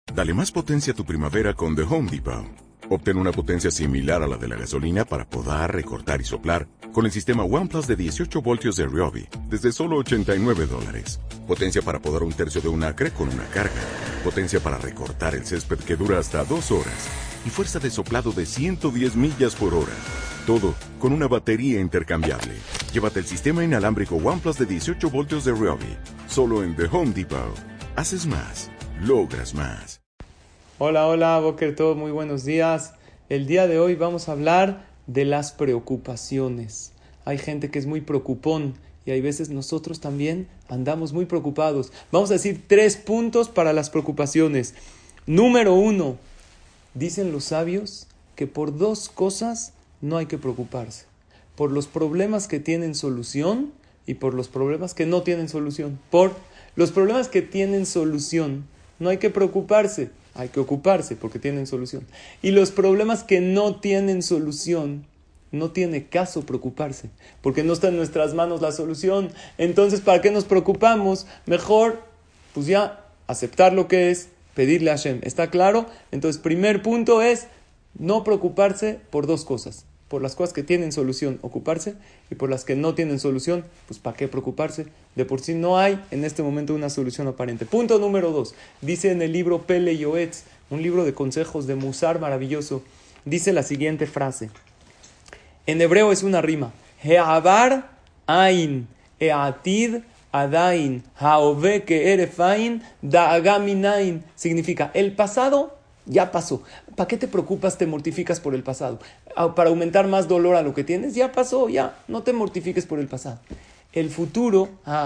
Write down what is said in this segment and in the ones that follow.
Dale más potencia a tu primavera con The Home Depot. Obtén una potencia similar a la de la gasolina para podar, recortar y soplar con el sistema OnePlus de 18 voltios de Ryobi desde solo $89. Potencia para podar un tercio de un acre con una carga. Potencia para recortar el césped que dura hasta 2 horas. Y fuerza de soplado de 110 millas por hora. Todo con una batería intercambiable. Llévate el sistema inalámbrico OnePlus de 18 voltios de Ryobi. Solo en The Home Depot. Haces más. Logras más. Hola, Boker Tov, muy buenos días. El día de hoy vamos a hablar de las preocupaciones. Hay gente que es muy preocupón y hay veces nosotros también andamos muy preocupados. Vamos a decir 3 puntos para las preocupaciones. Número 1, dicen los sabios que por 2 cosas no hay que preocuparse. Por los problemas que tienen solución y por los problemas que no tienen solución. Por los problemas que tienen solución no hay que preocuparse. Hay que ocuparse porque tienen solución. Y los problemas que no tienen solución, no tiene caso preocuparse, porque no está en nuestras manos la solución. Entonces, ¿para qué nos preocupamos? Mejor, pues ya, aceptar lo que es, pedirle a Hashem. ¿Está claro? Entonces, primer punto es no preocuparse por 2 cosas. Por las cosas que tienen solución, ocuparse, y por las que no tienen solución, pues ¿para qué preocuparse? De por sí no hay en este momento una solución aparente. Punto número 2. Dice en el libro Pele Yoetz, un libro de consejos de Musar maravilloso, dice la siguiente frase. En hebreo es una rima. He'avar ain, e'atid adain, ha'ove ke'erefain, da'agaminain. Significa, el pasado ya pasó. ¿Para qué te preocupas, te mortificas por el pasado? ¿Para aumentar más dolor a lo que tienes? Ya pasó, ya. No te mortifiques por el pasado. El futuro,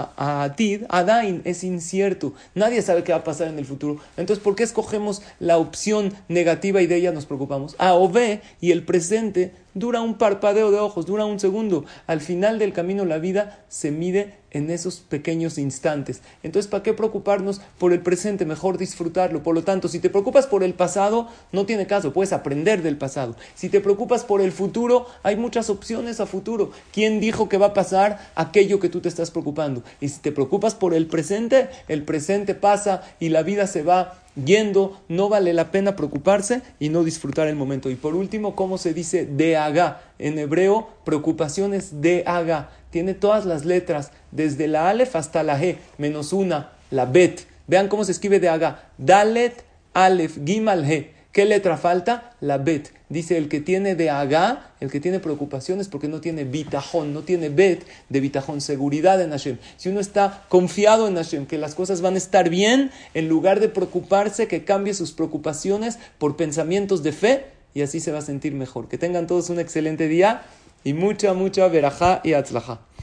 Adain, es incierto. Nadie sabe qué va a pasar en el futuro. Entonces, ¿por qué escogemos la opción negativa y de ella nos preocupamos? Ove y el presente dura un parpadeo de ojos, dura un segundo. Al final del camino la vida se mide en esos pequeños instantes. Entonces, ¿para qué preocuparnos por el presente? Mejor disfrutarlo. Por lo tanto, si te preocupas por el pasado, no tiene caso. Puedes aprender del pasado. Si te preocupas por el futuro, hay muchas opciones a futuro. ¿Quién dijo que va a pasar aquello que tú te estás preocupando? Y si te preocupas por el presente pasa y la vida se va yendo. No vale la pena preocuparse y no disfrutar el momento. Y por último, ¿cómo se dice deagá? En hebreo, preocupaciones deagá. Tiene todas las letras, desde la alef hasta la he, menos una, la bet. Vean cómo se escribe deagá. Dalet, alef, gimal, he. ¿Qué letra falta? La bet. Dice el que tiene deagá, el que tiene preocupaciones porque no tiene bitajón, no tiene bet de bitajón, seguridad en Hashem. Si uno está confiado en Hashem, que las cosas van a estar bien, en lugar de preocuparse, que cambie sus preocupaciones por pensamientos de fe y así se va a sentir mejor. Que tengan todos un excelente día y mucha verajá y atzlajá.